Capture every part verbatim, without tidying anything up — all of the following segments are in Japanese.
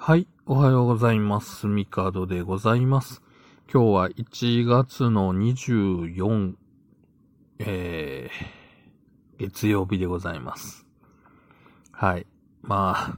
はい、おはようございます。ミカドでございます。今日はいちがつのにじゅうよっか、えー、月曜日でございます。はい。まあ、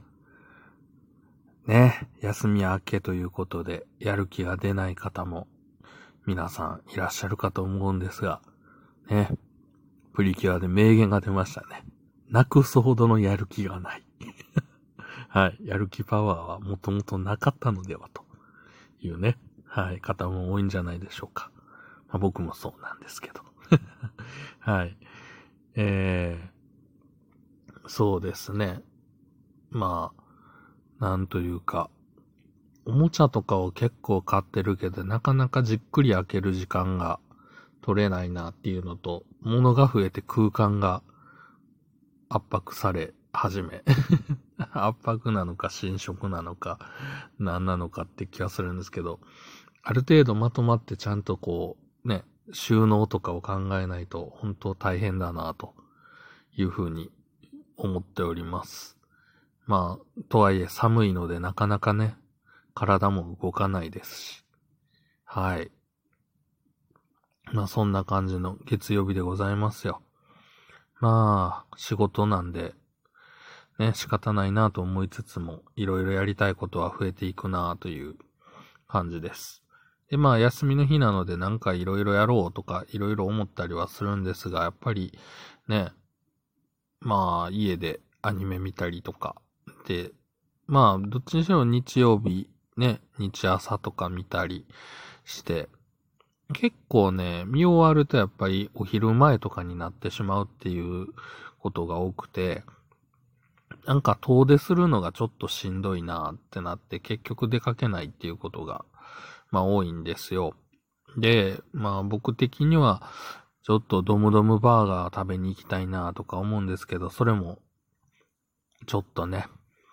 ね、休み明けということで、やる気が出ない方も皆さんいらっしゃるかと思うんですが、ね、プリキュアで名言が出ましたね。なくすほどのやる気がない。はい。やる気パワーはもともとなかったのではというね。はい。方も多いんじゃないでしょうか。まあ、僕もそうなんですけど。はい。えー、そうですね。まあ、なんというか、おもちゃとかを結構買ってるけど、なかなかじっくり開ける時間が取れないなっていうのと、物が増えて空間が圧迫され始め。圧迫なのか侵食なのか何なのかって気がするんですけど、ある程度まとまってちゃんとこうね、収納とかを考えないと本当大変だなというふうに思っております。まあ、とはいえ寒いのでなかなかね、体も動かないですし。はい。まあそんな感じの月曜日でございますよ。まあ、仕事なんで、ね、仕方ないなと思いつつも、いろいろやりたいことは増えていくなという感じです。で、まあ、休みの日なのでなんかいろいろやろうとか、いろいろ思ったりはするんですが、やっぱり、ね、まあ、家でアニメ見たりとか、で、まあ、どっちにしろ日曜日、ね、日朝とか見たりして、結構ね、見終わるとやっぱりお昼前とかになってしまうっていうことが多くて、なんか遠出するのがちょっとしんどいなってなって結局出かけないっていうことが、まあ多いんですよ。で、まあ僕的にはちょっとドムドムバーガー食べに行きたいなとか思うんですけど、それもちょっとね、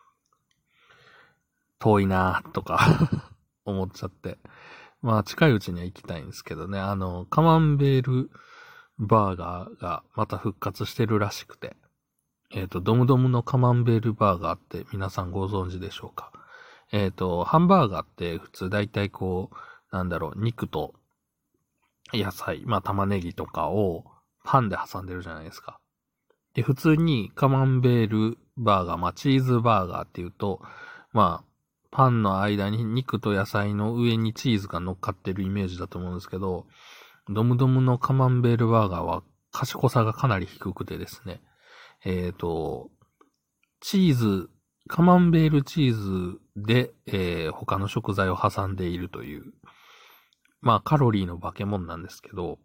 遠いなとか思っちゃって。まあ近いうちには行きたいんですけどね、あの、カマンベールバーガーがまた復活してるらしくて、えっと、ドムドムのカマンベールバーガーって皆さんご存知でしょうか？えっと、ハンバーガーって普通大体こう、なんだろう、肉と野菜、まあ玉ねぎとかをパンで挟んでるじゃないですか。で、普通にカマンベールバーガー、まあチーズバーガーっていうと、まあ、パンの間に肉と野菜の上にチーズが乗っかってるイメージだと思うんですけど、ドムドムのカマンベールバーガーは賢さがかなり低くてですね、えっと、チーズ、カマンベールチーズで、えー、他の食材を挟んでいるという、まあカロリーの化け物なんですけど、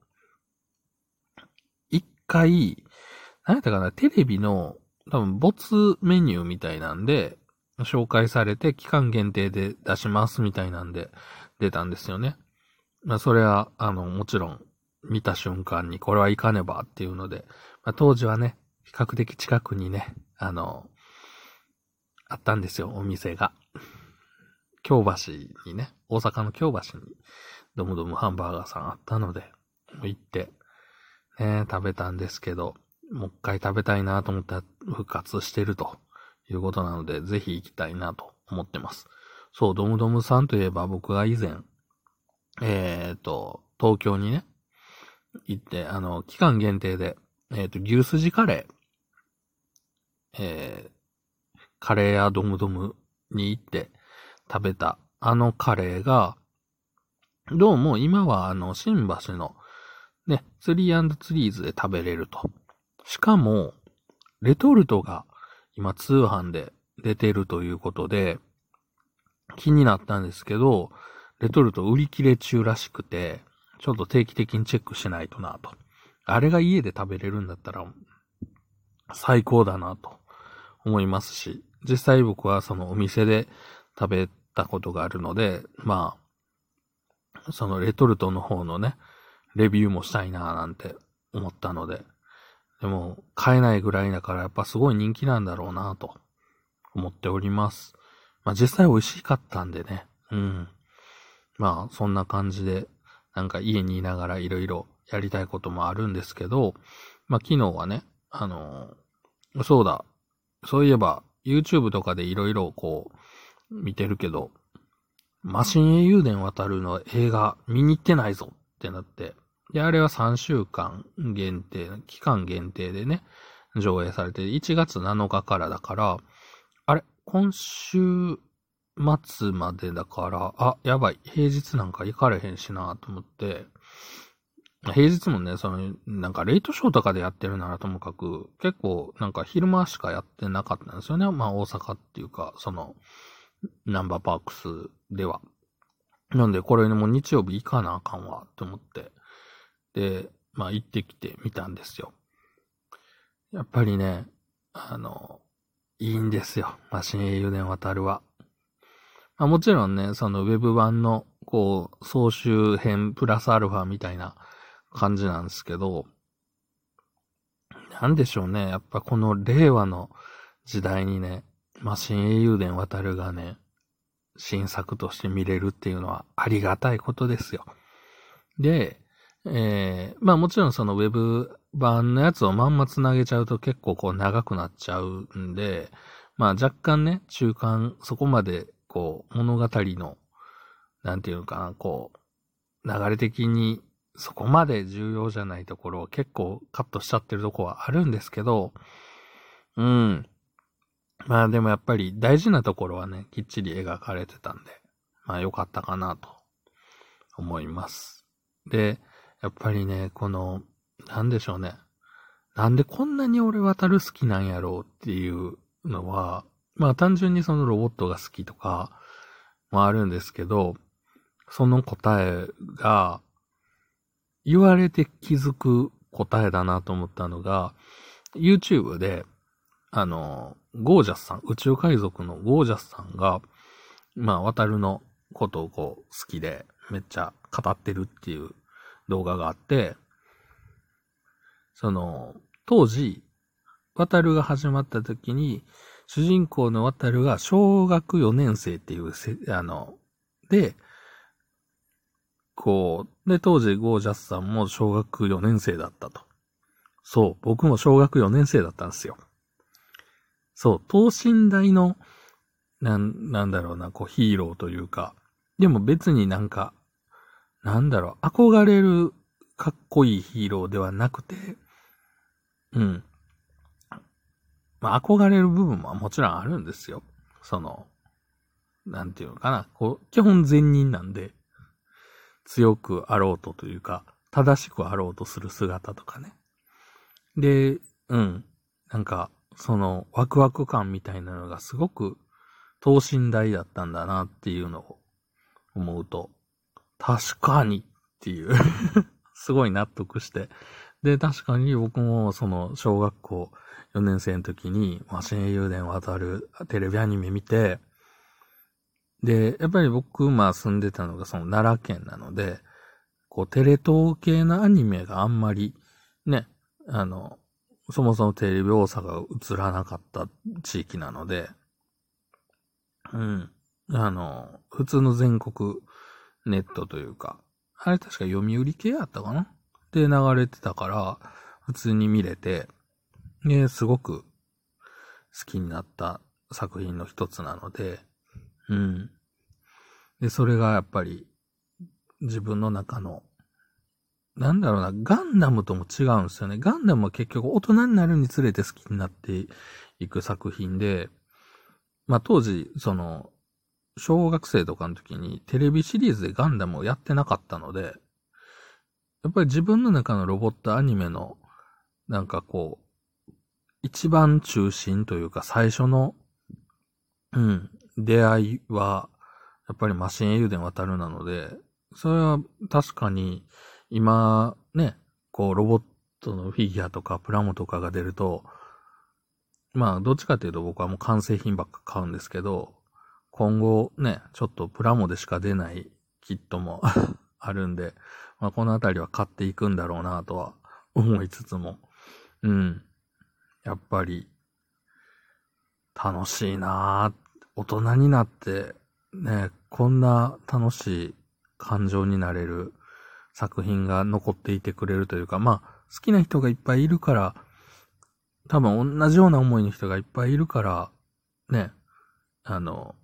一回、何やったかな、テレビの多分没メニューみたいなんで、紹介されて期間限定で出しますみたいなんで出たんですよね。まあそれは、あの、もちろん見た瞬間にこれはいかねばっていうので、まあ当時はね、比較的近くにね、あの、あったんですよ、お店が。京橋にね、大阪の京橋にドムドムハンバーガーさんあったので、行って、ね、食べたんですけど、もう一回食べたいなと思ったら復活してるということなので、ぜひ行きたいなと思ってます。そう、ドムドムさんといえば僕が以前、えっと、東京にね、行って、あの、期間限定で、えっと、牛すじカレー、えー、カレー屋ドムドムに行って食べたあのカレーが、どうも今はあの、新橋のね、ツリー&ツリーズで食べれると。しかも、レトルトが今通販で出てるということで、気になったんですけど、レトルト売り切れ中らしくて、ちょっと定期的にチェックしないとなと。あれが家で食べれるんだったら、最高だなと思いますし、実際僕はそのお店で食べたことがあるので、まあ、そのレトルトの方のね、レビューもしたいなぁなんて思ったので、でも買えないぐらいだからやっぱすごい人気なんだろうなぁと思っております。まあ実際美味しかったんでね、うん。まあそんな感じで、なんか家にいながらいろいろやりたいこともあるんですけど、まあ昨日はね、あのー、そうだ、そういえば YouTube とかでいろいろこう、 見てるけど、マシン英雄伝渡るの映画見に行ってないぞってなって、で、あれはさんしゅうかん限定、期間限定でね、上映されて、いちがつなのかからだから、あれ、今週末までだから、あ、やばい、平日なんか行かれへんしなと思って、平日もね、その、なんかレイトショーとかでやってるならともかく、結構なんか昼間しかやってなかったんですよね。まあ大阪っていうか、その、ナンバーパークスでは。なんでこれも日曜日行かなあかんわって思って。で、まあ行ってきてみたんですよ。やっぱりね、あの、いいんですよ。マシン英雄伝渡るは。まあもちろんね、そのウェブ版の、こう、総集編プラスアルファみたいな感じなんですけど、なんでしょうね。やっぱこの令和の時代にね、マシン英雄伝渡るがね、新作として見れるっていうのはありがたいことですよ。で、えー、まあもちろんそのウェブ版のやつをまんまつなげちゃうと結構こう長くなっちゃうんで、まあ若干ね、中間、そこまでこう物語の、なんていうのかな、こう、流れ的にそこまで重要じゃないところを結構カットしちゃってるところはあるんですけど、うん。まあでもやっぱり大事なところはね、きっちり描かれてたんで、まあ良かったかなと思います。で、やっぱりね、この、なんでしょうね。なんでこんなに俺渡る好きなんやろうっていうのは、まあ単純にそのロボットが好きとかもあるんですけど、その答えが言われて気づく答えだなと思ったのが、YouTube で、あの、ゴージャスさん、宇宙海賊のゴージャスさんが、まあ、渡るのことをこう、好きで、めっちゃ語ってるっていう動画があって、その、当時、渡るが始まった時に、主人公の渡るが小学よねん生っていうせ、あの、で、こう、で、当時ゴージャスさんも小学よねん生だったと。そう、僕も小学よねん生だったんですよ。そう、等身大の、なん、なんだろうな、こうヒーローというか、でも別になんか、なんだろう、憧れるかっこいいヒーローではなくて、うん。まあ憧れる部分ももちろんあるんですよ。その、なんていうのかな、こう、基本善人なんで、強くあろうとというか、正しくあろうとする姿とかね。で、うん。なんか、その、ワクワク感みたいなのがすごく等身大だったんだなっていうのを思うと、確かにっていう、すごい納得して。で、確かに僕もその、小学校よねん生の時に、マシン英雄伝渡るテレビアニメ見て、で、やっぱり僕、まあ住んでたのがその奈良県なので、こう、テレ東系のアニメがあんまり、ね、あの、そもそもテレビ大阪が映らなかった地域なので、うん。あの、普通の全国ネットというか、あれ確か読売系やったかなで流れてたから、普通に見れて、で、すごく好きになった作品の一つなので、うん。で、それがやっぱり自分の中の、なんだろうな、ガンダムとも違うんですよね。ガンダムは結局大人になるにつれて好きになっていく作品で、まあ当時、その、小学生とかの時にテレビシリーズでガンダムをやってなかったので、やっぱり自分の中のロボットアニメの、なんかこう、一番中心というか最初の、うん、出会いは、やっぱりマシン英雄伝渡るなので、それは確かに、今、ね、こう、ロボットのフィギュアとかプラモとかが出ると、まあ、どっちかというと僕はもう完成品ばっか買うんですけど、今後ね、ちょっとプラモでしか出ないキットもあるんで、まあ、このあたりは買っていくんだろうなとは思いつつも、うん。やっぱり、楽しいなぁ。大人になって、ね、こんな楽しい感情になれる作品が残っていてくれるというか、まあ、好きな人がいっぱいいるから、多分同じような思いの人がいっぱいいるから、ね、あの、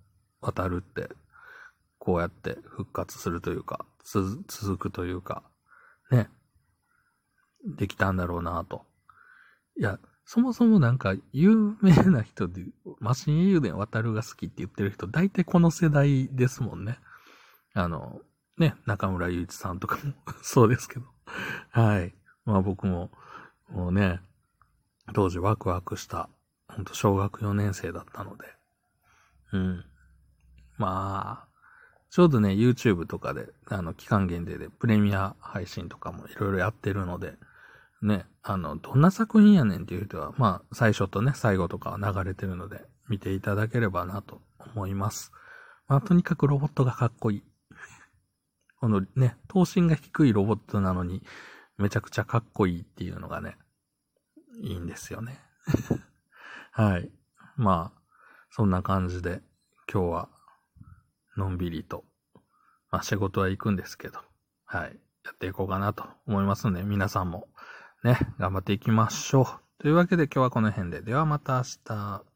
渡るって、こうやって復活するというか、つ続くというか、ね、できたんだろうなと。いや、そもそもなんか有名な人で、マシン英雄伝渡るが好きって言ってる人、大体この世代ですもんね。あの、ね、中村祐一さんとかもそうですけど。はい。まあ僕も、もうね、当時ワクワクした、ほんと小学よねん生だったので。うん。まあ、ちょうどね、YouTube とかで、あの、期間限定でプレミア配信とかもいろいろやってるので、ね、あの、どんな作品やねんっていう人は、まあ、最初とね、最後とかは流れてるので、見ていただければなと思います。まあ、とにかくロボットがかっこいい。このね、頭身が低いロボットなのに、めちゃくちゃかっこいいっていうのがね、いいんですよね。はい。まあ、そんな感じで、今日は、のんびりと、まあ仕事は行くんですけど、はい。やっていこうかなと思いますので、皆さんもね、頑張っていきましょう。というわけで今日はこの辺で。ではまた明日。